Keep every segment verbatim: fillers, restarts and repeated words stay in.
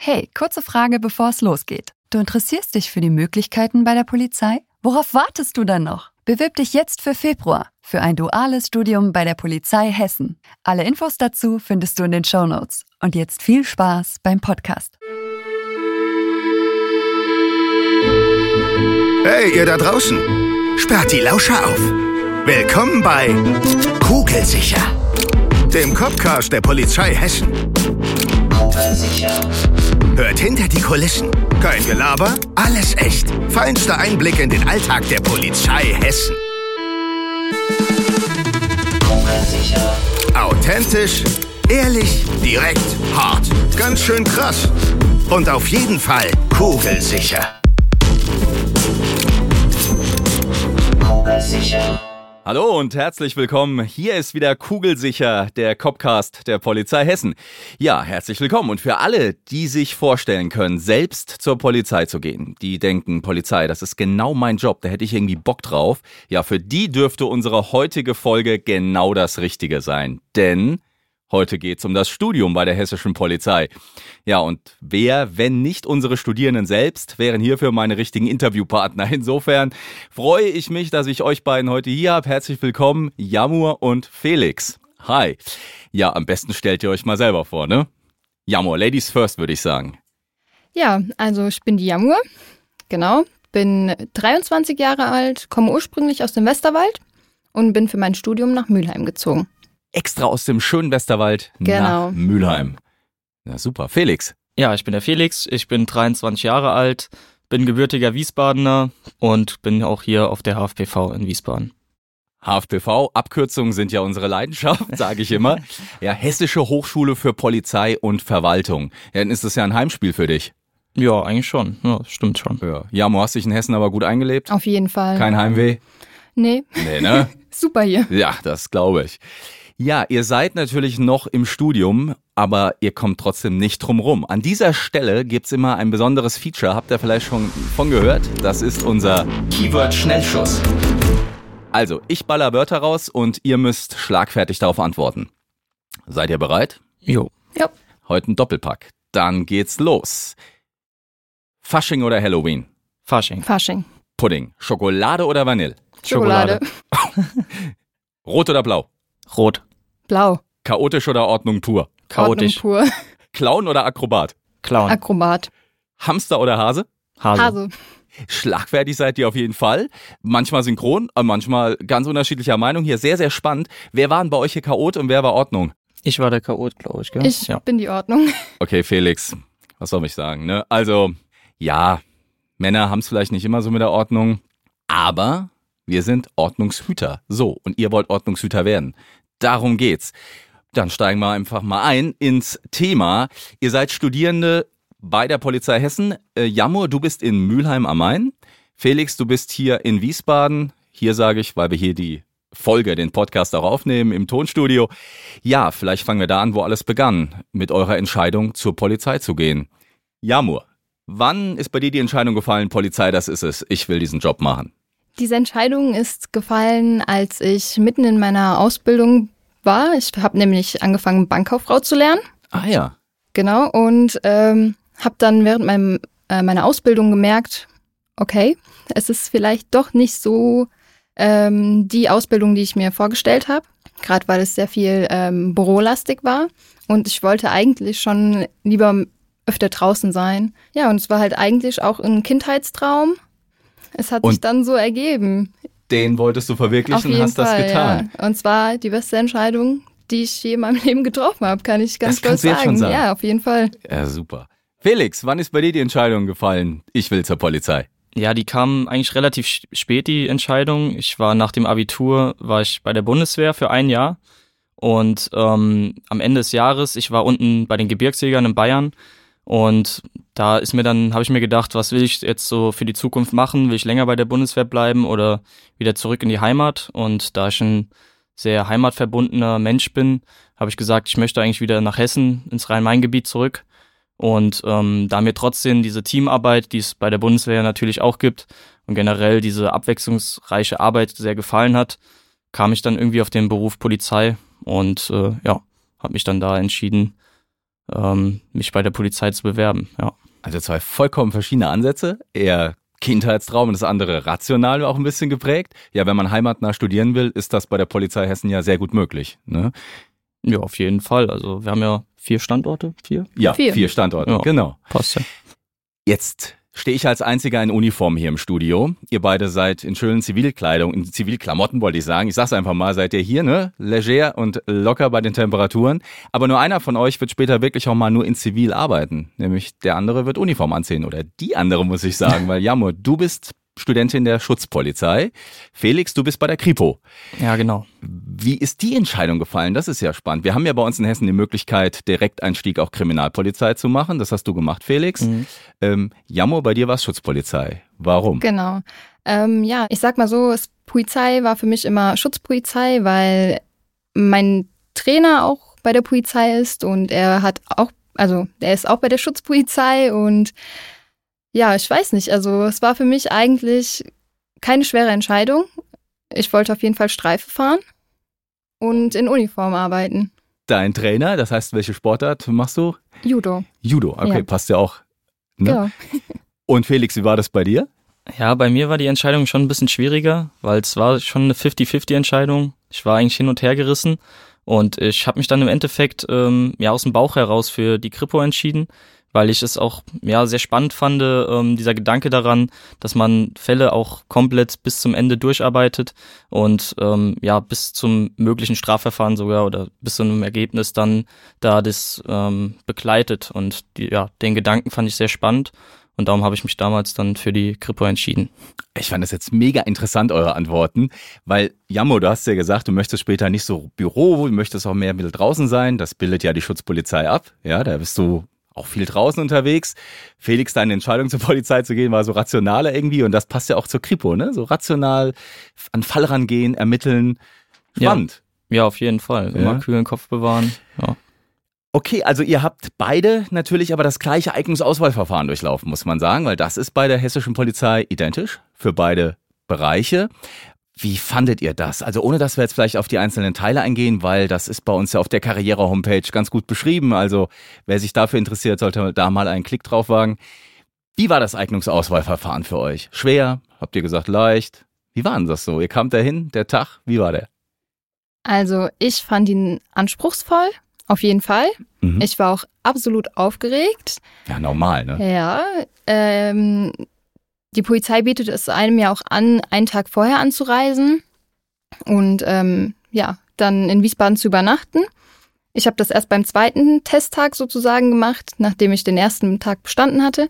Hey, kurze Frage, bevor es losgeht. Du interessierst dich für die Möglichkeiten bei der Polizei? Worauf wartest du dann noch? Bewirb dich jetzt für Februar für ein duales Studium bei der Polizei Hessen. Alle Infos dazu findest du in den Shownotes. Und jetzt viel Spaß beim Podcast. Hey, ihr da draußen! Sperrt die Lauscher auf! Willkommen bei Kugelsicher, dem Copcast der Polizei Hessen. Hört hinter die Kulissen. Kein Gelaber, alles echt. Feinster Einblick in den Alltag der Polizei Hessen. Authentisch, ehrlich, direkt, hart. Ganz schön krass. Und auf jeden Fall kugelsicher. Kugelsicher. Hallo und herzlich willkommen. Hier ist wieder Kugelsicher, der Copcast der Polizei Hessen. Ja, herzlich willkommen. Und für alle, die sich vorstellen können, selbst zur Polizei zu gehen, die denken, Polizei, das ist genau mein Job, da hätte ich irgendwie Bock drauf. Ja, für die dürfte unsere heutige Folge genau das Richtige sein. Denn heute geht's um das Studium bei der hessischen Polizei. Ja, und wer, wenn nicht unsere Studierenden selbst, wären hierfür meine richtigen Interviewpartner. Insofern freue ich mich, dass ich euch beiden heute hier habe. Herzlich willkommen, Yamur und Felix. Hi. Ja, am besten stellt ihr euch mal selber vor, ne? Yamur, Ladies first, würde ich sagen. Ja, also ich bin die Yamur, genau, bin dreiundzwanzig Jahre alt, komme ursprünglich aus dem Westerwald und bin für mein Studium nach Mülheim gezogen. Extra aus dem schönen Westerwald Genau. nach Mülheim. Ja, super. Felix. Ja, ich bin der Felix, ich bin dreiundzwanzig Jahre alt, bin gebürtiger Wiesbadener und bin auch hier auf der H F P V in Wiesbaden. H F P V, Abkürzungen sind ja unsere Leidenschaft, sage ich immer. Ja, Hessische Hochschule für Polizei und Verwaltung. Ja, dann ist das ja ein Heimspiel für dich. Ja, eigentlich schon. Ja, stimmt schon. Ja, Yamur, hast dich in Hessen aber gut eingelebt? Auf jeden Fall. Kein Heimweh? Nee. Nee, ne? Super hier. Ja, das glaube ich. Ja, ihr seid natürlich noch im Studium, aber ihr kommt trotzdem nicht drum rum. An dieser Stelle gibt's immer ein besonderes Feature, habt ihr vielleicht schon von gehört? Das ist unser Keyword-Schnellschuss. Also, ich baller Wörter raus und ihr müsst schlagfertig darauf antworten. Seid ihr bereit? Jo. Ja. Heute ein Doppelpack. Dann geht's los. Fasching oder Halloween? Fasching. Fasching. Pudding. Schokolade oder Vanille? Schokolade. Rot oder blau? Rot. Blau. Chaotisch oder Ordnung pur? Chaotisch. Ordnung pur. Clown oder Akrobat? Clown. Akrobat. Hamster oder Hase? Hase. Hase. Schlagfertig seid ihr auf jeden Fall. Manchmal synchron, manchmal ganz unterschiedlicher Meinung. Hier sehr, sehr spannend. Wer war denn bei euch hier Chaot und wer war Ordnung? Ich war der Chaot, glaube ich, gell? Ich ja. bin die Ordnung. Okay, Felix, was soll ich sagen, ne? Also, ja, Männer haben es vielleicht nicht immer so mit der Ordnung, aber wir sind Ordnungshüter. So, und ihr wollt Ordnungshüter werden. Darum geht's. Dann steigen wir einfach mal ein ins Thema. Ihr seid Studierende bei der Polizei Hessen. Äh, Yamur, du bist in Mülheim am Main. Felix, du bist hier in Wiesbaden. Hier sage ich, weil wir hier die Folge, den Podcast auch aufnehmen im Tonstudio. Ja, vielleicht fangen wir da an, wo alles begann, mit eurer Entscheidung zur Polizei zu gehen. Yamur, wann ist bei dir die Entscheidung gefallen, Polizei, das ist es, ich will diesen Job machen? Diese Entscheidung ist gefallen, als ich mitten in meiner Ausbildung war. Ich habe nämlich angefangen, Bankkauffrau zu lernen. Ah ja. Genau, und ähm, habe dann während meinem, äh, meiner Ausbildung gemerkt, okay, es ist vielleicht doch nicht so ähm, die Ausbildung, die ich mir vorgestellt habe. Gerade weil es sehr viel ähm, bürolastig war. Und ich wollte eigentlich schon lieber öfter draußen sein. Ja, und es war halt eigentlich auch ein Kindheitstraum. Es hat Und sich dann so ergeben. Den wolltest du verwirklichen Auf jeden und hast Fall, das getan. Ja. Und zwar die beste Entscheidung, die ich je in meinem Leben getroffen habe, kann ich ganz Das kannst stolz du jetzt sagen. schon sagen. Ja, auf jeden Fall. Ja, super. Felix, wann ist bei dir die Entscheidung gefallen, ich will zur Polizei? Ja, die kam eigentlich relativ spät, die Entscheidung. Ich war nach dem Abitur, war ich bei der Bundeswehr für ein Jahr. Und ähm, am Ende des Jahres, ich war unten bei den Gebirgsjägern in Bayern. Und da ist mir dann, habe ich mir gedacht, was will ich jetzt so für die Zukunft machen? Will ich länger bei der Bundeswehr bleiben oder wieder zurück in die Heimat? Und da ich ein sehr heimatverbundener Mensch bin, habe ich gesagt, ich möchte eigentlich wieder nach Hessen, ins Rhein-Main-Gebiet zurück. Und ähm, da mir trotzdem diese Teamarbeit, die es bei der Bundeswehr natürlich auch gibt und generell diese abwechslungsreiche Arbeit sehr gefallen hat, kam ich dann irgendwie auf den Beruf Polizei und äh, ja, habe mich dann da entschieden, ähm, mich bei der Polizei zu bewerben, ja. Also zwei vollkommen verschiedene Ansätze, eher Kindheitstraum und das andere rational auch ein bisschen geprägt. Ja, wenn man heimatnah studieren will, ist das bei der Polizei Hessen ja sehr gut möglich, ne? Ja, auf jeden Fall. Also wir haben ja vier Standorte, vier? Ja, vier, vier Standorte, ja, genau. Passt ja. Jetzt stehe ich als Einziger in Uniform hier im Studio. Ihr beide seid in schönen Zivilkleidung, in Zivilklamotten wollte ich sagen. Ich sag's einfach mal, seid ihr hier, ne? Leger und locker bei den Temperaturen. Aber nur einer von euch wird später wirklich auch mal nur in Zivil arbeiten. Nämlich der andere wird Uniform anziehen. Oder die andere, muss ich sagen. Weil Jamur, du bist Studentin der Schutzpolizei. Felix, du bist bei der Kripo. Ja, genau. Wie ist die Entscheidung gefallen? Das ist ja spannend. Wir haben ja bei uns in Hessen die Möglichkeit, Direkteinstieg auch Kriminalpolizei zu machen. Das hast du gemacht, Felix. Mhm. Ähm, Jamur, bei dir war es Schutzpolizei. Warum? Genau. Ähm, ja, ich sag mal so, es, Polizei war für mich immer Schutzpolizei, weil mein Trainer auch bei der Polizei ist und er hat auch, also er ist auch bei der Schutzpolizei und ja, ich weiß nicht, also es war für mich eigentlich keine schwere Entscheidung. Ich wollte auf jeden Fall Streife fahren und in Uniform arbeiten. Dein Trainer, das heißt, welche Sportart machst du? Judo. Judo, okay, Ja. passt ja auch. Ne? Genau. Und Felix, wie war das bei dir? Ja, bei mir war die Entscheidung schon ein bisschen schwieriger, weil es war schon eine fünfzig fünfzig Entscheidung. Ich war eigentlich hin und her gerissen und ich habe mich dann im Endeffekt ähm, ja aus dem Bauch heraus für die Kripo entschieden, weil ich es auch ja sehr spannend fand, ähm, dieser Gedanke daran, dass man Fälle auch komplett bis zum Ende durcharbeitet und ähm, ja bis zum möglichen Strafverfahren sogar oder bis zu einem Ergebnis dann da das ähm, begleitet und die, ja den Gedanken fand ich sehr spannend. Und darum habe ich mich damals dann für die Kripo entschieden. Ich fand das jetzt mega interessant, eure Antworten, weil Jammo, du hast ja gesagt, du möchtest später nicht so Büro, du möchtest auch mehr ein bisschen draußen sein. Das bildet ja die Schutzpolizei ab. Ja, da bist du auch viel draußen unterwegs. Felix, deine Entscheidung zur Polizei zu gehen, war so rationaler irgendwie und das passt ja auch zur Kripo, ne? So rational an Fall rangehen, ermitteln. Spannend. Ja, ja auf jeden Fall. Immer Ja. kühlen Kopf bewahren. Ja. Okay, also ihr habt beide natürlich aber das gleiche Eignungsauswahlverfahren durchlaufen, muss man sagen, weil das ist bei der hessischen Polizei identisch für beide Bereiche. Wie fandet ihr das? Also ohne, dass wir jetzt vielleicht auf die einzelnen Teile eingehen, weil das ist bei uns ja auf der Karriere-Homepage ganz gut beschrieben. Also wer sich dafür interessiert, sollte da mal einen Klick drauf wagen. Wie war das Eignungsauswahlverfahren für euch? Schwer? Habt ihr gesagt leicht? Wie war denn das so? Ihr kamt dahin, der Tag, wie war der? Also ich fand ihn anspruchsvoll, auf jeden Fall. Mhm. Ich war auch absolut aufgeregt. Ja, normal, ne? Ja, ähm, die Polizei bietet es einem ja auch an, einen Tag vorher anzureisen und ähm, ja, dann in Wiesbaden zu übernachten. Ich habe das erst beim zweiten Testtag sozusagen gemacht, nachdem ich den ersten Tag bestanden hatte.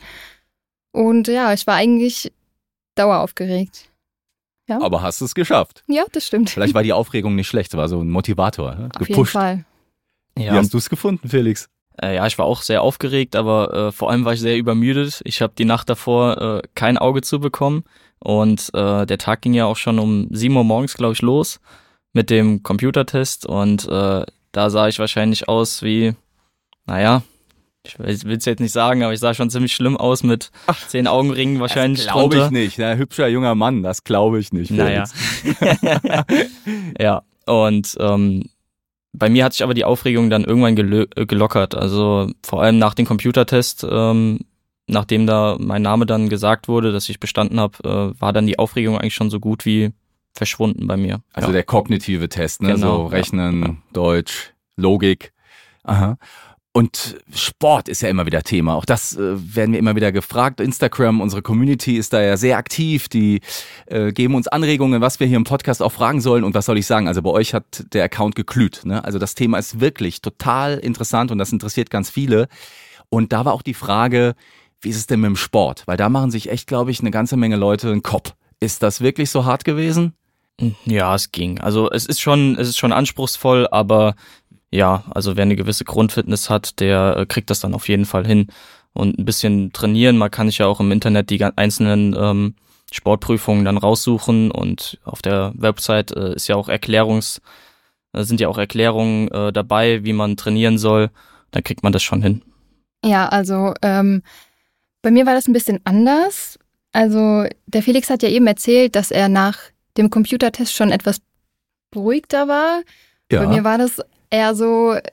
Und ja, ich war eigentlich daueraufgeregt. Ja. Aber hast du es geschafft? Ja, das stimmt. Vielleicht war die Aufregung nicht schlecht, es war so ein Motivator, ne? Auf jeden Gepusht. Fall. Wie Ja, hast du es gefunden, Felix? äh, ja, ich war auch sehr aufgeregt, aber äh, vor allem war ich sehr übermüdet. Ich habe die Nacht davor äh, kein Auge zu bekommen und äh, der Tag ging ja auch schon um sieben Uhr morgens, glaube ich, los mit dem Computertest und äh, da sah ich wahrscheinlich aus wie, naja, ich will es jetzt nicht sagen, aber ich sah schon ziemlich schlimm aus mit zehn Augenringen wahrscheinlich Das glaube ich drunter. nicht. Ein hübscher junger Mann, das glaube ich nicht. Naja. Felix. Ja, und ähm, bei mir hat sich aber die Aufregung dann irgendwann gelö- äh, gelockert. Also vor allem nach dem Computertest, ähm, nachdem da mein Name dann gesagt wurde, dass ich bestanden habe, äh, war dann die Aufregung eigentlich schon so gut wie verschwunden bei mir. Also ja. der kognitive Test, ne? Genau, So Rechnen, ja, ja. Deutsch, Logik. Aha. Und Sport ist ja immer wieder Thema. Auch das äh, werden wir immer wieder gefragt. Instagram, unsere Community ist da ja sehr aktiv. Die äh, geben uns Anregungen, was wir hier im Podcast auch fragen sollen. Und was soll ich sagen? Also bei euch hat der Account geglüht. Ne? Also das Thema ist wirklich total interessant und das interessiert ganz viele. Und da war auch die Frage, wie ist es denn mit dem Sport? Weil da machen sich echt, glaube ich, eine ganze Menge Leute einen Kopf. Ist das wirklich so hart gewesen? Ja, es ging. Also es ist schon, es ist schon anspruchsvoll, aber ja, also wer eine gewisse Grundfitness hat, der äh, kriegt das dann auf jeden Fall hin. Und ein bisschen trainieren, man kann sich ja auch im Internet die gan- einzelnen ähm, Sportprüfungen dann raussuchen und auf der Website äh, ist ja auch Erklärungs, äh, sind ja auch Erklärungen äh, dabei, wie man trainieren soll. Dann kriegt man das schon hin. Ja, also ähm, bei mir war das ein bisschen anders. Also der Felix hat ja eben erzählt, dass er nach dem Computertest schon etwas beruhigter war. Bei mir war das eher so,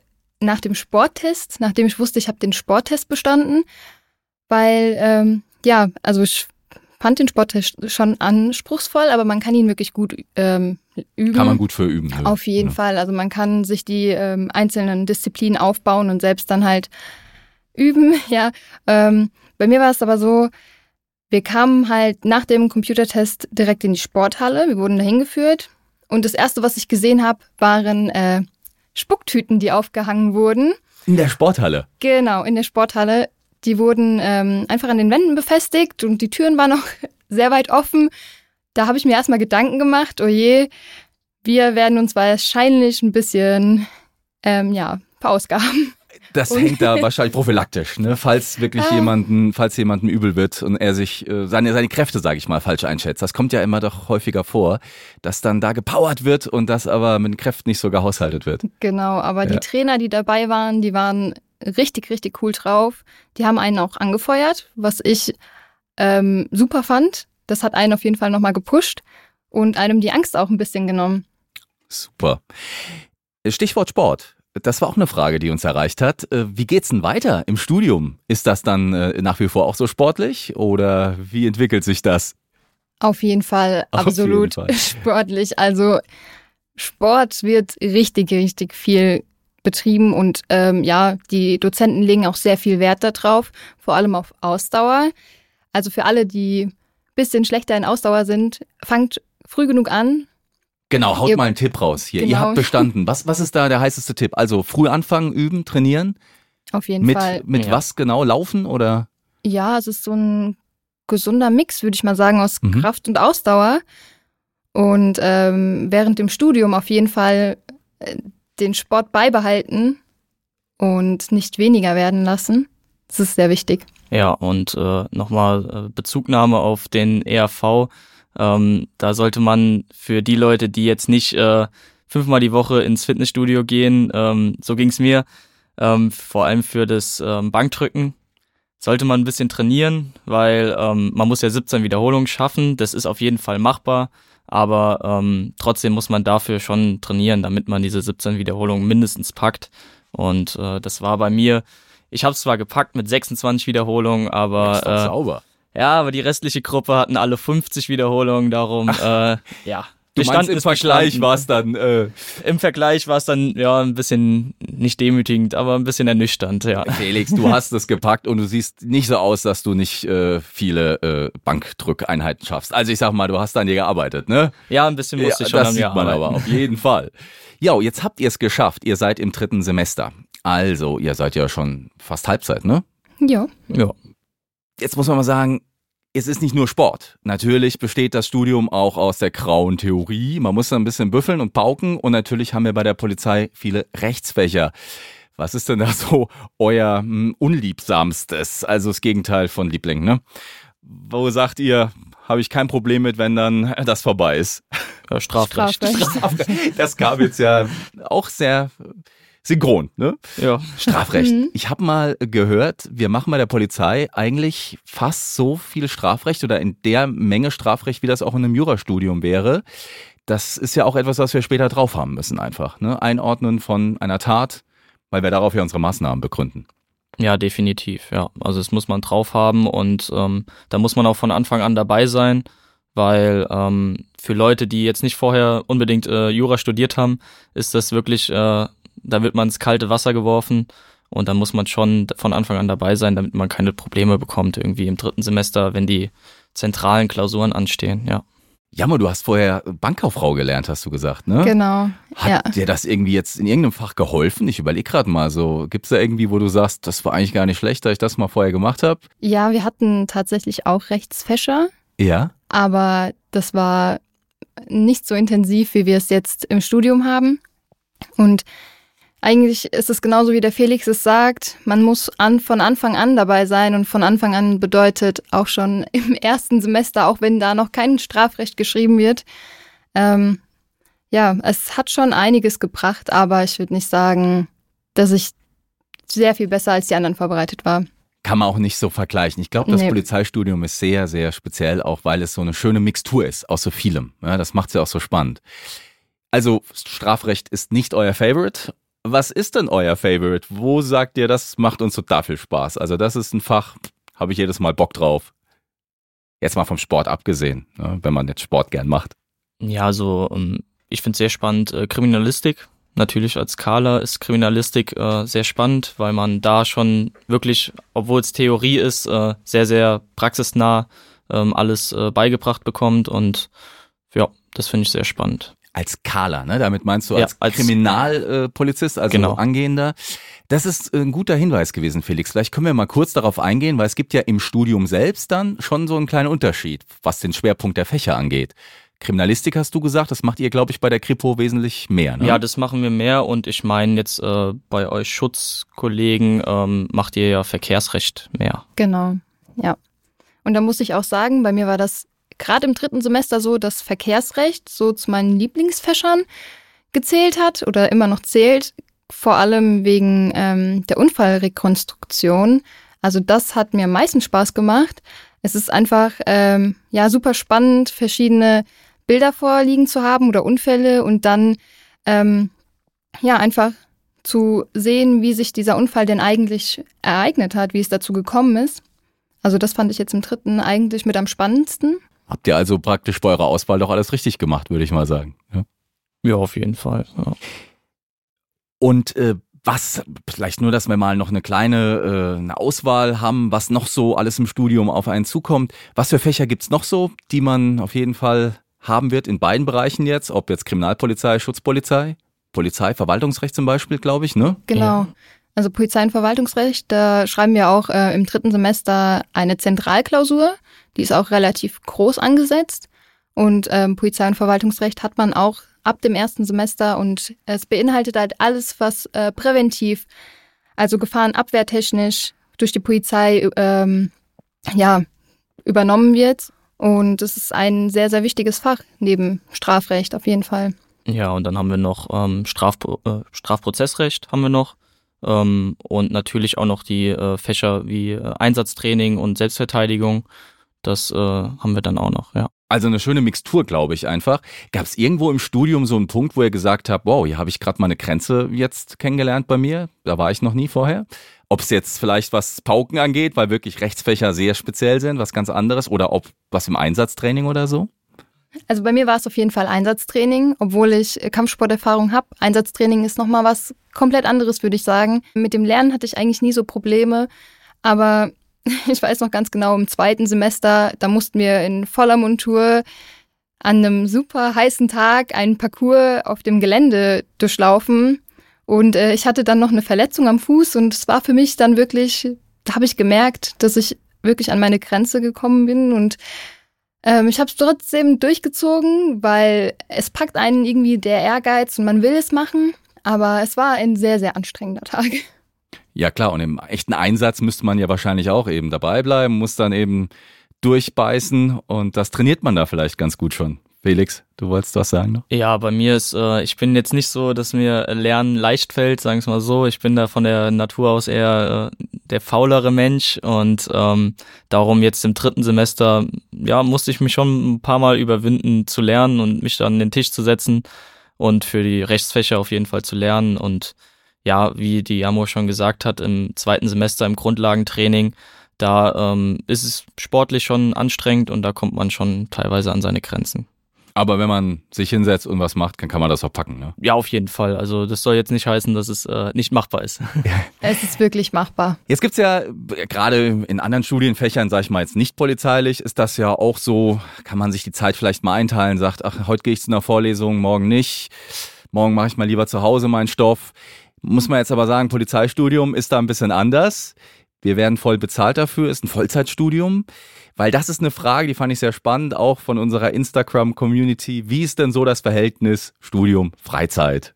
nach dem Sporttest, nachdem ich wusste, ich habe den Sporttest bestanden, weil, ähm, ja, also ich fand den Sporttest schon anspruchsvoll, aber man kann ihn wirklich gut ähm, üben. Kann man gut für üben. Ne? Auf jeden ja. Fall. Also man kann sich die ähm, einzelnen Disziplinen aufbauen und selbst dann halt üben. Ja, ähm, bei mir war es aber so, wir kamen halt nach dem Computertest direkt in die Sporthalle. Wir wurden da hingeführt. Und das Erste, was ich gesehen habe, waren äh, Spucktüten, die aufgehangen wurden. In der Sporthalle? Genau, in der Sporthalle. Die wurden ähm, einfach an den Wänden befestigt und die Türen waren noch sehr weit offen. Da habe ich mir erstmal Gedanken gemacht, oh je, wir werden uns wahrscheinlich ein bisschen, ähm, ja, verausgaben. Das hängt da wahrscheinlich prophylaktisch, ne? Falls wirklich ah. jemanden, falls jemandem übel wird und er sich äh, seine seine Kräfte, sage ich mal, falsch einschätzt. Das kommt ja immer doch häufiger vor, dass dann da gepowert wird und das aber mit den Kräften nicht so gehaushaltet wird. Genau, aber ja. die Trainer, die dabei waren, die waren richtig, richtig cool drauf. Die haben einen auch angefeuert, was ich ähm, super fand. Das hat einen auf jeden Fall nochmal gepusht und einem die Angst auch ein bisschen genommen. Super. Stichwort Sport. Das war auch eine Frage, die uns erreicht hat. Wie geht's denn weiter im Studium? Ist das dann nach wie vor auch so sportlich oder wie entwickelt sich das? Auf jeden Fall, Auf absolut jeden Fall. sportlich. Also Sport wird richtig, richtig viel betrieben und ähm, ja, die Dozenten legen auch sehr viel Wert darauf, vor allem auf Ausdauer. Also für alle, die ein bisschen schlechter in Ausdauer sind, fangt früh genug an. Genau, haut Ihr, mal einen Tipp raus hier. Genau. Ihr habt bestanden. Was, was ist da der heißeste Tipp? Also früh anfangen, üben, trainieren? Auf jeden mit, Fall. Mit Ja. was genau? Laufen oder? Ja, es ist so ein gesunder Mix, würde ich mal sagen, aus Mhm. Kraft und Ausdauer. Und ähm, während dem Studium auf jeden Fall äh, den Sport beibehalten und nicht weniger werden lassen. Das ist sehr wichtig. Ja, und äh, nochmal äh, Bezugnahme auf den E R V. Ähm, da sollte man für die Leute, die jetzt nicht äh, fünfmal die Woche ins Fitnessstudio gehen, ähm, so ging's mir, ähm, vor allem für das ähm, Bankdrücken, sollte man ein bisschen trainieren, weil ähm, man muss ja siebzehn Wiederholungen schaffen. Das ist auf jeden Fall machbar, aber ähm, trotzdem muss man dafür schon trainieren, damit man diese siebzehn Wiederholungen mindestens packt. Und äh, das war bei mir, ich habe es zwar gepackt mit sechsundzwanzig Wiederholungen, aber Ist doch äh, sauber. ja, aber die restliche Gruppe hatten alle fünfzig Wiederholungen, darum, äh, ja. Du meinst, Bestanden im ist Vergleich bestanden. war es dann... Äh, Im Vergleich war es dann, ja, ein bisschen, nicht demütigend, aber ein bisschen ernüchternd, ja. Felix, du hast es gepackt und du siehst nicht so aus, dass du nicht äh, viele äh, Bankdrückeinheiten schaffst. Also ich sag mal, du hast an dir gearbeitet, ne? Ja, ein bisschen musste Ja, ich schon das an mir sieht man arbeiten. aber auf jeden Fall. Ja, jetzt habt ihr es geschafft. Ihr seid im dritten Semester. Also, ihr seid ja schon fast Halbzeit, ne? Ja. Ja. Jetzt muss man mal sagen, es ist nicht nur Sport. Natürlich besteht das Studium auch aus der grauen Theorie. Man muss da ein bisschen büffeln und pauken. Und natürlich haben wir bei der Polizei viele Rechtsfächer. Was ist denn da so euer hm, unliebsamstes, also das Gegenteil von Liebling, ne? Wo sagt ihr, habe ich kein Problem mit, wenn dann das vorbei ist? Ja, Strafrecht. Strafrecht. Das kam jetzt ja auch sehr synchron, ne? Ja. Strafrecht. Mhm. Ich habe mal gehört, wir machen bei der Polizei eigentlich fast so viel Strafrecht oder in der Menge Strafrecht, wie das auch in einem Jurastudium wäre. Das ist ja auch etwas, was wir später drauf haben müssen einfach. Ne? Einordnen von einer Tat, weil wir darauf ja unsere Maßnahmen begründen. Ja, definitiv, ja. Also das muss man drauf haben und ähm, da muss man auch von Anfang an dabei sein, weil ähm, für Leute, die jetzt nicht vorher unbedingt äh, Jura studiert haben, ist das wirklich, äh, da wird man ins kalte Wasser geworfen und da muss man schon von Anfang an dabei sein, damit man keine Probleme bekommt irgendwie im dritten Semester, wenn die zentralen Klausuren anstehen, ja. Jammer, du hast vorher Bankkauffrau gelernt, hast du gesagt, ne? Genau. Hat ja. dir das irgendwie jetzt in irgendeinem Fach geholfen? Ich überlege gerade mal so, gibt's da irgendwie, wo du sagst, das war eigentlich gar nicht schlecht, dass ich das mal vorher gemacht habe? Ja, wir hatten tatsächlich auch Rechtsfächer, Ja. aber das war nicht so intensiv, wie wir es jetzt im Studium haben. Und eigentlich ist es genauso, wie der Felix es sagt, man muss an, von Anfang an dabei sein und von Anfang an bedeutet auch schon im ersten Semester, auch wenn da noch kein Strafrecht geschrieben wird. Ähm, ja, es hat schon einiges gebracht, aber ich würde nicht sagen, dass ich sehr viel besser als die anderen vorbereitet war. Kann man auch nicht so vergleichen. Ich glaube, das Nee. Polizeistudium ist sehr, sehr speziell, auch weil es so eine schöne Mixtur ist aus so vielem. Ja, das macht es ja auch so spannend. Also Strafrecht ist nicht euer Favorite Was ist denn euer Favorite? Wo sagt ihr, das macht uns total viel Spaß? Also das ist ein Fach, habe ich jedes Mal Bock drauf. Jetzt mal vom Sport abgesehen, ne, wenn man jetzt Sport gern macht. Ja, also ich finde es sehr spannend, äh, Kriminalistik. Natürlich als Kala ist Kriminalistik äh, sehr spannend, weil man da schon wirklich, obwohl es Theorie ist, äh, sehr, sehr praxisnah ähm, alles äh, beigebracht bekommt und ja, das finde ich sehr spannend. Als Kala, ne? Damit meinst du Ja, als, als Kriminalpolizist, also genau. Angehender. Das ist ein guter Hinweis gewesen, Felix. Vielleicht können wir mal kurz darauf eingehen, weil es gibt ja im Studium selbst dann schon so einen kleinen Unterschied, was den Schwerpunkt der Fächer angeht. Kriminalistik hast du gesagt, das macht ihr, glaube ich, bei der Kripo wesentlich mehr, ne? Ja, das machen wir mehr und ich meine jetzt äh, bei euch Schutzkollegen ähm, macht ihr ja Verkehrsrecht mehr. Genau, ja. Und da muss ich auch sagen, bei mir war das gerade im dritten Semester so, dass Verkehrsrecht so zu meinen Lieblingsfächern gezählt hat oder immer noch zählt, vor allem wegen ähm, der Unfallrekonstruktion. Also das hat mir am meisten Spaß gemacht. Es ist einfach ähm, ja super spannend, verschiedene Bilder vorliegen zu haben oder Unfälle und dann ähm, ja einfach zu sehen, wie sich dieser Unfall denn eigentlich ereignet hat, wie es dazu gekommen ist. Also das fand ich jetzt im dritten eigentlich mit am spannendsten. Habt ihr also praktisch bei eurer Auswahl doch alles richtig gemacht, würde ich mal sagen. Ja, ja auf jeden Fall. Ja. Und äh, was, vielleicht nur, dass wir mal noch eine kleine äh, eine Auswahl haben, was noch so alles im Studium auf einen zukommt. Was für Fächer gibt's noch so, die man auf jeden Fall haben wird in beiden Bereichen jetzt, ob jetzt Kriminalpolizei, Schutzpolizei, Polizei, Verwaltungsrecht zum Beispiel, glaube ich, ne? Genau. Ja. Also Polizei- und Verwaltungsrecht, da schreiben wir auch äh, im dritten Semester eine Zentralklausur. Die ist auch relativ groß angesetzt. Und ähm, Polizei- und Verwaltungsrecht hat man auch ab dem ersten Semester und es beinhaltet halt alles, was äh, präventiv, also gefahrenabwehrtechnisch durch die Polizei ähm, ja, übernommen wird. Und es ist ein sehr, sehr wichtiges Fach neben Strafrecht auf jeden Fall. Ja, und dann haben wir noch ähm, Straf, äh, Strafprozessrecht haben wir noch. Ähm, und natürlich auch noch die äh, Fächer wie äh, Einsatztraining und Selbstverteidigung. Das äh, haben wir dann auch noch, ja. Also eine schöne Mixtur, glaube ich einfach. Gab es irgendwo im Studium so einen Punkt, wo ihr gesagt habt, wow, hier habe ich gerade mal eine Grenze jetzt kennengelernt bei mir. Da war ich noch nie vorher. Ob es jetzt vielleicht was Pauken angeht, weil wirklich Rechtsfächer sehr speziell sind, was ganz anderes, oder ob was im Einsatztraining oder so? Also bei mir war es auf jeden Fall Einsatztraining, obwohl ich Kampfsporterfahrung habe. Einsatztraining ist nochmal was komplett anderes, würde ich sagen. Mit dem Lernen hatte ich eigentlich nie so Probleme, aber ich weiß noch ganz genau, im zweiten Semester, da mussten wir in voller Montur an einem super heißen Tag einen Parcours auf dem Gelände durchlaufen und äh, ich hatte dann noch eine Verletzung am Fuß und es war für mich dann wirklich, da habe ich gemerkt, dass ich wirklich an meine Grenze gekommen bin und ähm, ich habe es trotzdem durchgezogen, weil es packt einen irgendwie der Ehrgeiz und man will es machen, aber es war ein sehr, sehr anstrengender Tag. Ja klar, und im echten Einsatz müsste man ja wahrscheinlich auch eben dabei bleiben, muss dann eben durchbeißen und das trainiert man da vielleicht ganz gut schon. Felix, du wolltest was sagen noch? Ja, bei mir ist, äh, ich bin jetzt nicht so, dass mir Lernen leicht fällt, sagen wir es mal so. Ich bin da von der Natur aus eher äh, der faulere Mensch und ähm, darum jetzt im dritten Semester, ja, musste ich mich schon ein paar Mal überwinden zu lernen und mich dann an den Tisch zu setzen und für die Rechtsfächer auf jeden Fall zu lernen und ja, wie die Jamo schon gesagt hat, im zweiten Semester im Grundlagentraining, da ähm, ist es sportlich schon anstrengend und da kommt man schon teilweise an seine Grenzen. Aber wenn man sich hinsetzt und was macht, dann kann man das auch packen, ne? Ja, auf jeden Fall. Also das soll jetzt nicht heißen, dass es äh, nicht machbar ist. Es ist wirklich machbar. Jetzt gibt's ja, gerade in anderen Studienfächern, sag ich mal jetzt nicht polizeilich, ist das ja auch so, kann man sich die Zeit vielleicht mal einteilen, sagt, ach, heute gehe ich zu einer Vorlesung, morgen nicht, morgen mache ich mal lieber zu Hause meinen Stoff. Muss man jetzt aber sagen, Polizeistudium ist da ein bisschen anders. Wir werden voll bezahlt dafür, ist ein Vollzeitstudium. Weil das ist eine Frage, die fand ich sehr spannend, auch von unserer Instagram-Community. Wie ist denn so das Verhältnis Studium-Freizeit?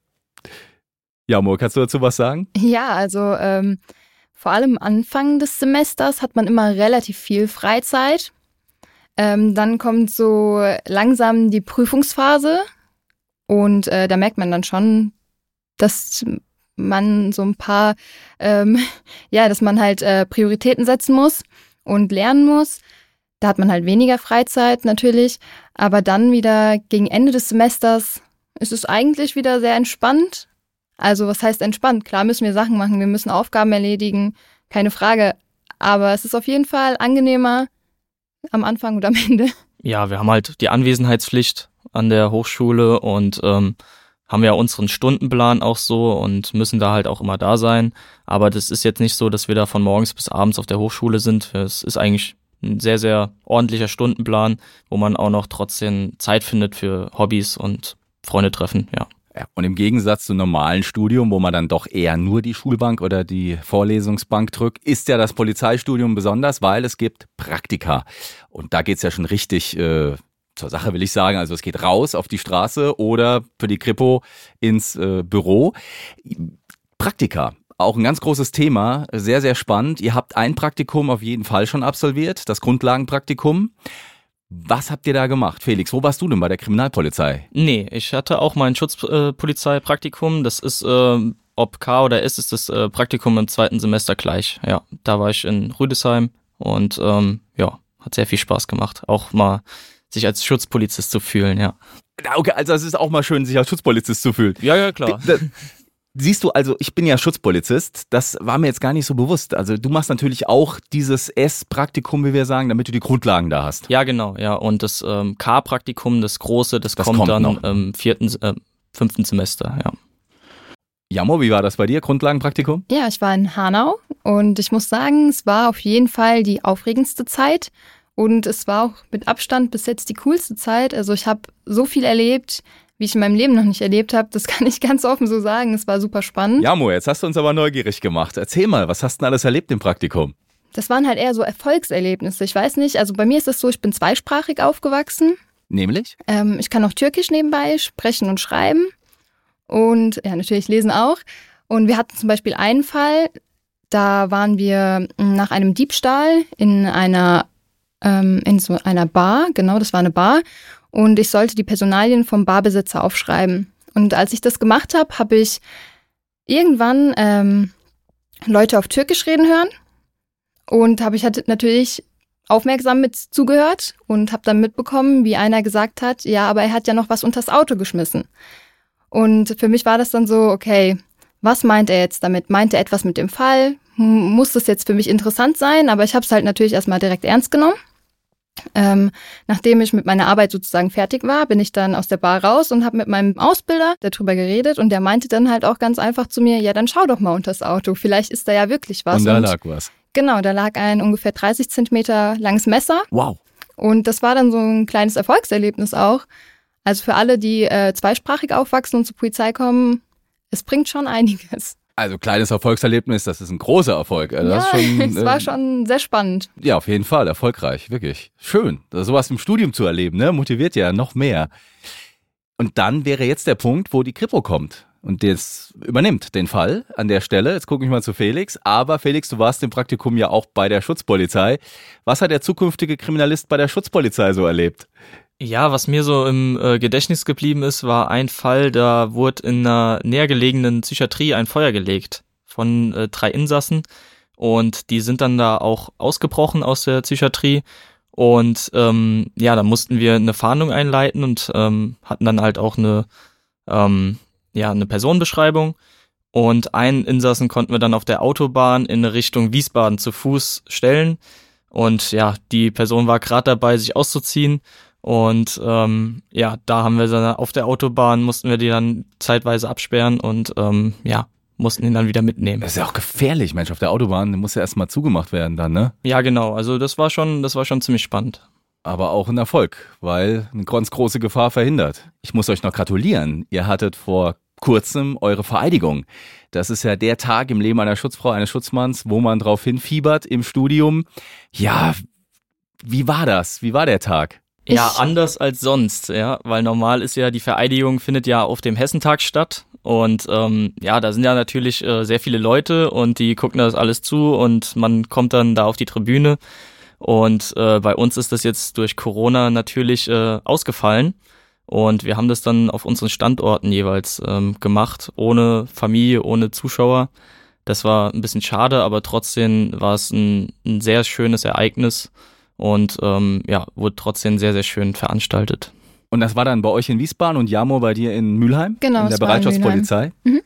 Ja, Mo, kannst du dazu was sagen? Ja, also ähm, vor allem Anfang des Semesters hat man immer relativ viel Freizeit. Ähm, dann kommt so langsam die Prüfungsphase und äh, da merkt man dann schon, dass man so ein paar, ähm, ja, dass man halt äh, Prioritäten setzen muss und lernen muss. Da hat man halt weniger Freizeit natürlich, aber dann wieder gegen Ende des Semesters ist es eigentlich wieder sehr entspannt. Also was heißt entspannt? Klar müssen wir Sachen machen, wir müssen Aufgaben erledigen, keine Frage. Aber es ist auf jeden Fall angenehmer am Anfang und am Ende. Ja, wir haben halt die Anwesenheitspflicht an der Hochschule und ähm, haben ja unseren Stundenplan auch so und müssen da halt auch immer da sein. Aber das ist jetzt nicht so, dass wir da von morgens bis abends auf der Hochschule sind. Es ist eigentlich ein sehr, sehr ordentlicher Stundenplan, wo man auch noch trotzdem Zeit findet für Hobbys und Freunde treffen, ja. Ja, und im Gegensatz zum normalen Studium, wo man dann doch eher nur die Schulbank oder die Vorlesungsbank drückt, ist ja das Polizeistudium besonders, weil es gibt Praktika. Und da geht's ja schon richtig äh, zur Sache, will ich sagen. Also es geht raus auf die Straße oder für die Kripo ins äh, Büro. Praktika, auch ein ganz großes Thema, sehr, sehr spannend. Ihr habt ein Praktikum auf jeden Fall schon absolviert, das Grundlagenpraktikum. Was habt ihr da gemacht? Felix, wo warst du denn bei der Kriminalpolizei? Nee, ich hatte auch mein Schutzpolizeipraktikum. Das ist, äh, ob K oder S, ist das äh, Praktikum im zweiten Semester gleich. Ja, da war ich in Rüdesheim und ähm, ja, hat sehr viel Spaß gemacht. Auch mal sich als Schutzpolizist zu fühlen, ja. Okay, also es ist auch mal schön, sich als Schutzpolizist zu fühlen. Ja, ja, klar. Da, siehst du, also ich bin ja Schutzpolizist, das war mir jetzt gar nicht so bewusst. Also du machst natürlich auch dieses S-Praktikum, wie wir sagen, damit du die Grundlagen da hast. Ja, genau, ja. Und das ähm, K-Praktikum, das große, das, Das kommt, kommt dann noch. im vierten, äh, fünften Semester, ja. Jammo, wie war das bei dir, Grundlagenpraktikum? Ja, ich war in Hanau und ich muss sagen, es war auf jeden Fall die aufregendste Zeit und es war auch mit Abstand bis jetzt die coolste Zeit. Also ich habe so viel erlebt, wie ich in meinem Leben noch nicht erlebt habe. Das kann ich ganz offen so sagen. Es war super spannend. Jammo, jetzt hast du uns aber neugierig gemacht. Erzähl mal, was hast du denn alles erlebt im Praktikum? Das waren halt eher so Erfolgserlebnisse. Ich weiß nicht, also bei mir ist es so, ich bin zweisprachig aufgewachsen. Nämlich? Ähm, ich kann auch Türkisch nebenbei sprechen und schreiben und ja, natürlich lesen auch. Und wir hatten zum Beispiel einen Fall, da waren wir nach einem Diebstahl in einer, ähm, in so einer Bar, genau, das war eine Bar. Und ich sollte die Personalien vom Barbesitzer aufschreiben. Und als ich das gemacht habe, habe ich irgendwann ähm, Leute auf Türkisch reden hören. Und habe ich halt natürlich aufmerksam mit zugehört und habe dann mitbekommen, wie einer gesagt hat, ja, aber er hat ja noch was unters Auto geschmissen. Und für mich war das dann so, okay, was meint er jetzt damit? Meint er etwas mit dem Fall? Muss das jetzt für mich interessant sein? Aber ich habe es halt natürlich erstmal direkt ernst genommen. Ähm, nachdem ich mit meiner Arbeit sozusagen fertig war, bin ich dann aus der Bar raus und habe mit meinem Ausbilder darüber geredet und der meinte dann halt auch ganz einfach zu mir, ja, dann schau doch mal unters Auto, vielleicht ist da ja wirklich was. Und da lag was. Genau, da lag ein ungefähr dreißig Zentimeter langes Messer. Wow. Und das war dann so ein kleines Erfolgserlebnis auch. Also für alle, die äh, zweisprachig aufwachsen und zur Polizei kommen, es bringt schon einiges. Also kleines Erfolgserlebnis, das ist ein großer Erfolg. Also das ja, ist schon, es war schon sehr spannend. Ja, auf jeden Fall, erfolgreich, wirklich. Schön, sowas im Studium zu erleben, ne? Motiviert ja noch mehr. Und dann wäre jetzt der Punkt, wo die Kripo kommt und das übernimmt den Fall an der Stelle. Jetzt gucke ich mal zu Felix. Aber Felix, du warst im Praktikum ja auch bei der Schutzpolizei. Was hat der zukünftige Kriminalist bei der Schutzpolizei so erlebt? Ja, was mir so im äh, Gedächtnis geblieben ist, war ein Fall, da wurde in einer nähergelegenen Psychiatrie ein Feuer gelegt von äh, drei Insassen und die sind dann da auch ausgebrochen aus der Psychiatrie und ähm, ja, da mussten wir eine Fahndung einleiten und ähm, hatten dann halt auch eine, ähm, ja, eine Personenbeschreibung und einen Insassen konnten wir dann auf der Autobahn in Richtung Wiesbaden zu Fuß stellen und ja, die Person war gerade dabei, sich auszuziehen. Und ähm, ja, da haben wir dann auf der Autobahn, mussten wir die dann zeitweise absperren und ähm, ja, mussten ihn dann wieder mitnehmen. Das ist ja auch gefährlich, Mensch, auf der Autobahn, der muss ja erstmal zugemacht werden dann, ne? Ja, genau, also das war schon, das war schon ziemlich spannend. Aber auch ein Erfolg, weil eine ganz große Gefahr verhindert. Ich muss euch noch gratulieren, ihr hattet vor kurzem eure Vereidigung. Das ist ja der Tag im Leben einer Schutzfrau, eines Schutzmanns, wo man drauf hinfiebert im Studium. Ja, wie war das? Wie war der Tag? Ja, Ich- anders als sonst, ja, weil normal ist ja die Vereidigung findet ja auf dem Hessentag statt und ähm, ja, da sind ja natürlich äh, sehr viele Leute und die gucken das alles zu und man kommt dann da auf die Tribüne und äh, bei uns ist das jetzt durch Corona natürlich äh, ausgefallen und wir haben das dann auf unseren Standorten jeweils ähm, gemacht, ohne Familie, ohne Zuschauer. Das war ein bisschen schade, aber trotzdem war es ein, ein sehr schönes Ereignis. Und ähm, ja, wurde trotzdem sehr, sehr schön veranstaltet. Und das war dann bei euch in Wiesbaden und Jammo bei dir in Mülheim? Genau, in der es war in Bereitschaftspolizei. Mhm.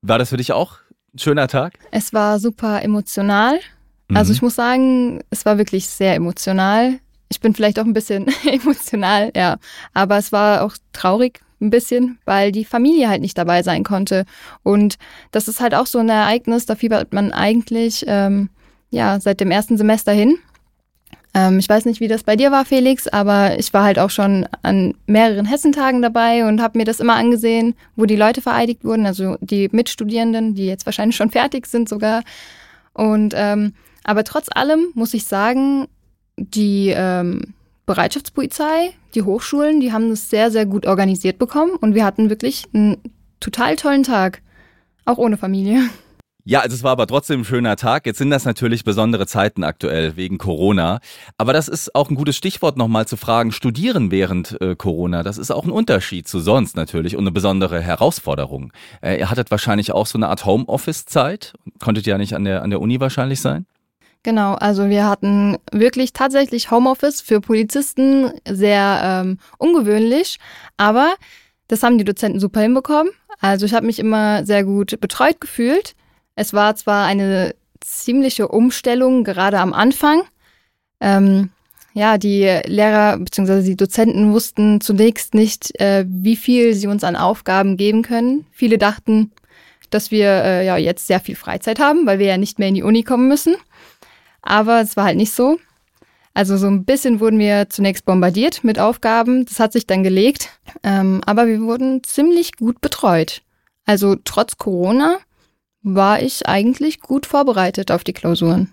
War das für dich auch ein schöner Tag? Es war super emotional. Also Mhm. ich muss sagen, es war wirklich sehr emotional. Ich bin vielleicht auch ein bisschen emotional, ja. Aber es war auch traurig ein bisschen, weil die Familie halt nicht dabei sein konnte. Und das ist halt auch so ein Ereignis, da fiebert man eigentlich ähm, ja seit dem ersten Semester hin. Ähm, ich weiß nicht, wie das bei dir war, Felix, aber ich war halt auch schon an mehreren Hessentagen dabei und habe mir das immer angesehen, wo die Leute vereidigt wurden, also die Mitstudierenden, die jetzt wahrscheinlich schon fertig sind sogar. Und ähm, aber trotz allem muss ich sagen, die ähm, Bereitschaftspolizei, die Hochschulen, die haben das sehr, sehr gut organisiert bekommen und wir hatten wirklich einen total tollen Tag, auch ohne Familie. Ja, also es war aber trotzdem ein schöner Tag. Jetzt sind das natürlich besondere Zeiten aktuell wegen Corona. Aber das ist auch ein gutes Stichwort nochmal zu fragen, studieren während äh, Corona, das ist auch ein Unterschied zu sonst natürlich und eine besondere Herausforderung. Äh, ihr hattet wahrscheinlich auch so eine Art Homeoffice-Zeit, konntet ja nicht an der, an der Uni wahrscheinlich sein? Genau, also wir hatten wirklich tatsächlich Homeoffice für Polizisten, sehr ähm, ungewöhnlich, aber das haben die Dozenten super hinbekommen. Also ich habe mich immer sehr gut betreut gefühlt. Es war zwar eine ziemliche Umstellung, gerade am Anfang. Ähm, ja, die Lehrer bzw. die Dozenten wussten zunächst nicht, äh, wie viel sie uns an Aufgaben geben können. Viele dachten, dass wir äh, ja jetzt sehr viel Freizeit haben, weil wir ja nicht mehr in die Uni kommen müssen. Aber es war halt nicht so. Also so ein bisschen wurden wir zunächst bombardiert mit Aufgaben. Das hat sich dann gelegt. Ähm, aber wir wurden ziemlich gut betreut. Also trotz Corona war ich eigentlich gut vorbereitet auf die Klausuren.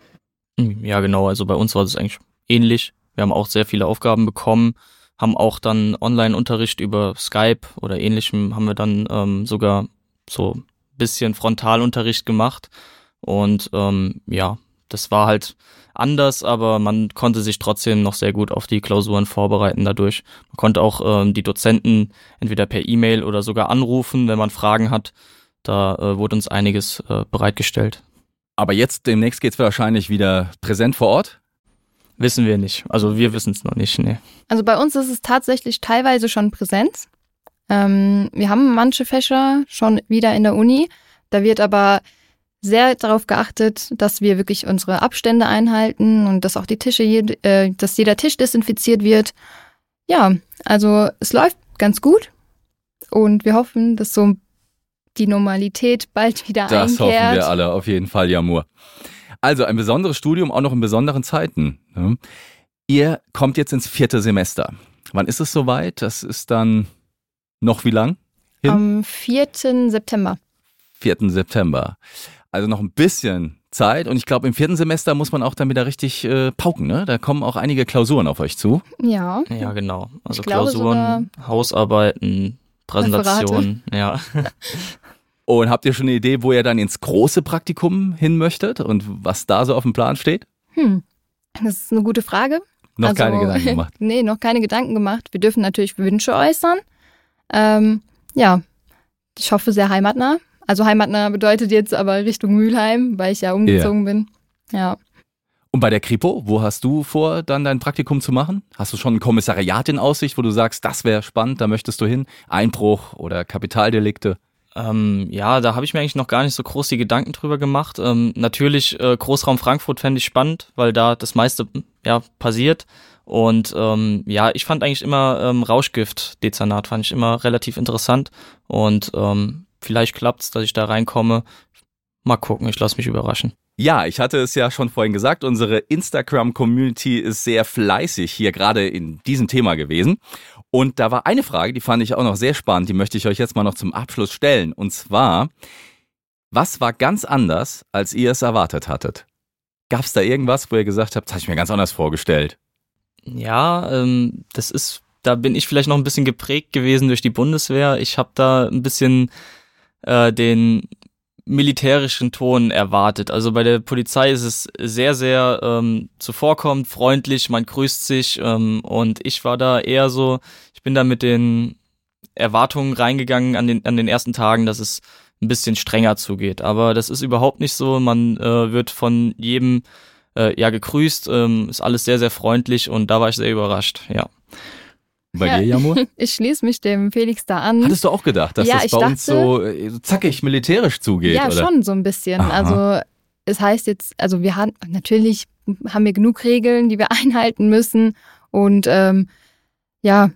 Ja, genau. Also bei uns war es eigentlich ähnlich. Wir haben auch sehr viele Aufgaben bekommen, haben auch dann Online-Unterricht über Skype oder ähnlichem, haben wir dann ähm, sogar so ein bisschen Frontalunterricht gemacht. Und ähm, ja, das war halt anders, aber man konnte sich trotzdem noch sehr gut auf die Klausuren vorbereiten dadurch. Man konnte auch ähm, die Dozenten entweder per E-Mail oder sogar anrufen, wenn man Fragen hat. Da äh, wurde uns einiges äh, bereitgestellt. Aber jetzt demnächst geht's wahrscheinlich wieder präsent vor Ort? Wissen wir nicht. Also wir wissen es noch nicht, nee. Also bei uns ist es tatsächlich teilweise schon Präsenz. Ähm, wir haben manche Fächer schon wieder in der Uni. Da wird aber sehr darauf geachtet, dass wir wirklich unsere Abstände einhalten und dass auch die Tische, äh, dass jeder Tisch desinfiziert wird. Ja, also es läuft ganz gut und wir hoffen, dass so die Normalität bald wieder das einkehrt. Das hoffen wir alle, auf jeden Fall, Jamur. Also ein besonderes Studium, auch noch in besonderen Zeiten. Ne? Ihr kommt jetzt ins vierte Semester. Wann ist es soweit? Das ist dann noch wie lang? Hin? Am vierten September. vierten September. Also noch ein bisschen Zeit. Und ich glaube, im vierten Semester muss man auch dann wieder richtig äh, pauken, ne? Da kommen auch einige Klausuren auf euch zu. Ja. Ja, genau. Also ich glaube Klausuren, Hausarbeiten, Präsentationen, ja. Und habt ihr schon eine Idee, wo ihr dann ins große Praktikum hin möchtet und was da so auf dem Plan steht? Hm, das ist eine gute Frage. Noch also, keine Gedanken gemacht? Nee, noch keine Gedanken gemacht. Wir dürfen natürlich Wünsche äußern. Ähm, ja, ich hoffe sehr heimatnah. Also heimatnah bedeutet jetzt aber Richtung Mülheim, weil ich ja umgezogen yeah. bin. Ja. Und bei der Kripo, wo hast du vor, dann dein Praktikum zu machen? Hast du schon ein Kommissariat in Aussicht, wo du sagst, das wäre spannend, da möchtest du hin? Einbruch oder Kapitaldelikte? Ähm, ja, da habe ich mir eigentlich noch gar nicht so groß die Gedanken drüber gemacht. Ähm, natürlich äh, Großraum Frankfurt fände ich spannend, weil da das meiste ja passiert. Und ähm, ja, ich fand eigentlich immer ähm, Rauschgift-Dezernat, fand ich immer relativ interessant. Und ähm, vielleicht klappt's, dass ich da reinkomme. Mal gucken, ich lasse mich überraschen. Ja, ich hatte es ja schon vorhin gesagt, unsere Instagram-Community ist sehr fleißig hier gerade in diesem Thema gewesen. Und da war eine Frage, die fand ich auch noch sehr spannend, die möchte ich euch jetzt mal noch zum Abschluss stellen. Und zwar, was war ganz anders, als ihr es erwartet hattet? Gab es da irgendwas, wo ihr gesagt habt, das habe ich mir ganz anders vorgestellt? Ja, ähm, das ist, da bin ich vielleicht noch ein bisschen geprägt gewesen durch die Bundeswehr. Ich habe da ein bisschen äh, den militärischen Ton erwartet. Also bei der Polizei ist es sehr, sehr ähm, zuvorkommend, freundlich, man grüßt sich ähm, und ich war da eher so, ich bin da mit den Erwartungen reingegangen an den, an den ersten Tagen, dass es ein bisschen strenger zugeht. Aber das ist überhaupt nicht so, man äh, wird von jedem äh, ja gegrüßt, ähm, ist alles sehr, sehr freundlich und da war ich sehr überrascht, ja. Bei Ja. dir, Jamur? Ich schließe mich dem Felix da an. Hattest du auch gedacht, dass Ja, das ich bei uns dachte- so äh, zackig militärisch zugeht? Ja, oder? schon so ein bisschen. Aha. Also es heißt jetzt, also wir haben natürlich haben wir genug Regeln, die wir einhalten müssen. Und ähm, ja,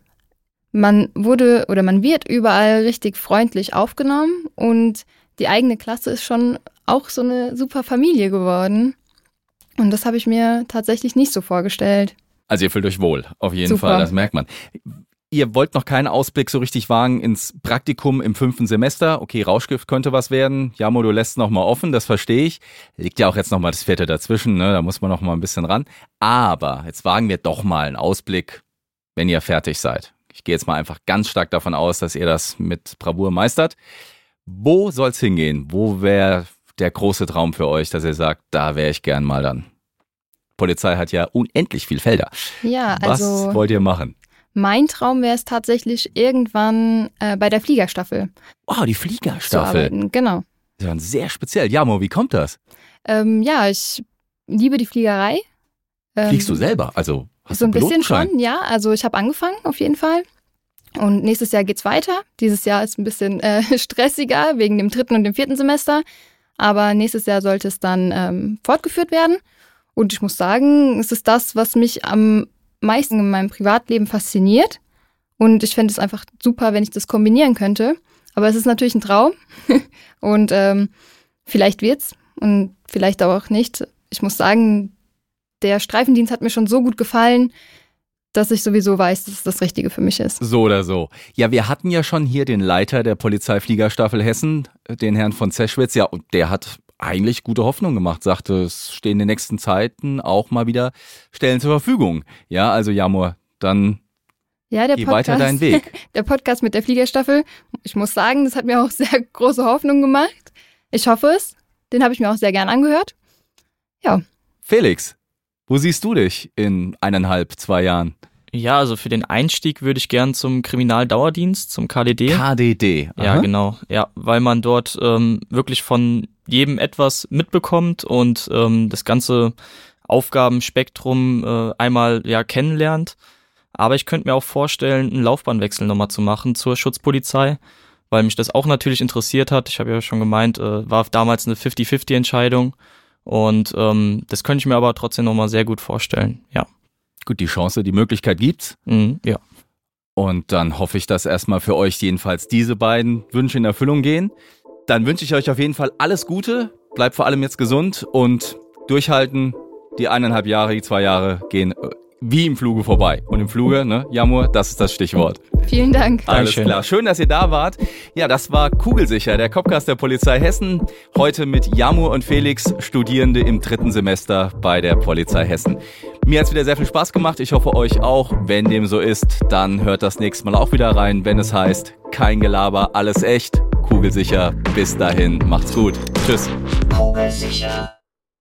man wurde oder man wird überall richtig freundlich aufgenommen und die eigene Klasse ist schon auch so eine super Familie geworden. Und das habe ich mir tatsächlich nicht so vorgestellt. Also ihr fühlt euch wohl, auf jeden Super. Fall, das merkt man. Ihr wollt noch keinen Ausblick so richtig wagen ins Praktikum im fünften Semester. Okay, Rauschgift könnte was werden. Jamo, du lässt noch mal offen, das verstehe ich. Liegt ja auch jetzt noch mal das vierte dazwischen, ne? Da muss man noch mal ein bisschen ran. Aber jetzt wagen wir doch mal einen Ausblick, wenn ihr fertig seid. Ich gehe jetzt mal einfach ganz stark davon aus, dass ihr das mit Bravour meistert. Wo soll's hingehen? Wo wäre der große Traum für euch, dass ihr sagt, da wäre ich gern mal dann? Polizei hat ja unendlich viel Felder. Ja, Was also wollt ihr machen? mein Traum wäre es tatsächlich irgendwann äh, bei der Fliegerstaffel Oh, die zu Fliegerstaffel. arbeiten. Genau. Das ist ja sehr speziell. Jamo, wie kommt das? Ähm, ja, ich liebe die Fliegerei. Ähm, Fliegst du selber? Also hast So du ein bisschen Pilotenschein? schon, ja. Also ich habe angefangen, auf jeden Fall. Und nächstes Jahr geht's weiter. Dieses Jahr ist ein bisschen äh, stressiger wegen dem dritten und dem vierten Semester. Aber nächstes Jahr sollte es dann ähm, fortgeführt werden. Und ich muss sagen, es ist das, was mich am meisten in meinem Privatleben fasziniert. Und ich fände es einfach super, wenn ich das kombinieren könnte. Aber es ist natürlich ein Traum. Und ähm, vielleicht wird's und vielleicht auch nicht. Ich muss sagen, der Streifendienst hat mir schon so gut gefallen, dass ich sowieso weiß, dass es das Richtige für mich ist. So oder so. Ja, wir hatten ja schon hier den Leiter der Polizeifliegerstaffel Hessen, den Herrn von Zeschwitz. Ja, und der hat eigentlich gute Hoffnung gemacht, sagte, es stehen in den nächsten Zeiten auch mal wieder Stellen zur Verfügung. Ja, also Jamur, dann Ja, der geh weiter Podcast, deinen Weg. der Podcast mit der Fliegerstaffel, ich muss sagen, das hat mir auch sehr große Hoffnung gemacht. Ich hoffe es. Den habe ich mir auch sehr gern angehört. Felix, wo siehst du dich in eineinhalb, zwei Jahren? Ja, also für den Einstieg würde ich gern zum Kriminaldauerdienst, zum K D D. K D D. Ja, Aha. genau. Ja, weil man dort ähm, wirklich von jedem etwas mitbekommt und ähm, das ganze Aufgabenspektrum äh, einmal ja kennenlernt. Aber ich könnte mir auch vorstellen, einen Laufbahnwechsel nochmal zu machen zur Schutzpolizei, weil mich das auch natürlich interessiert hat. Ich habe ja schon gemeint, äh, war damals eine fünfzig fünfzig Entscheidung und ähm, das könnte ich mir aber trotzdem nochmal sehr gut vorstellen. Ja. Gut, die Chance, die Möglichkeit gibt's. Mhm, ja. Und dann hoffe ich, dass erstmal für euch jedenfalls diese beiden Wünsche in Erfüllung gehen. Dann wünsche ich euch auf jeden Fall alles Gute. Bleibt vor allem jetzt gesund und durchhalten. Die eineinhalb Jahre, die zwei Jahre gehen äh, wie im Fluge vorbei. Und im Fluge, ne, Jamur, das ist das Stichwort. Vielen Dank. Alles Dankeschön. klar. Schön, dass ihr da wart. Ja, das war Kugelsicher, der Copcast der Polizei Hessen. Heute mit Jamur und Felix, Studierende im dritten Semester bei der Polizei Hessen. Mir hat's wieder sehr viel Spaß gemacht. Ich hoffe euch auch. Wenn dem so ist, dann hört das nächste Mal auch wieder rein, wenn es heißt, kein Gelaber, alles echt. Kugelsicher. Bis dahin. Macht's gut. Tschüss. Kugelsicher.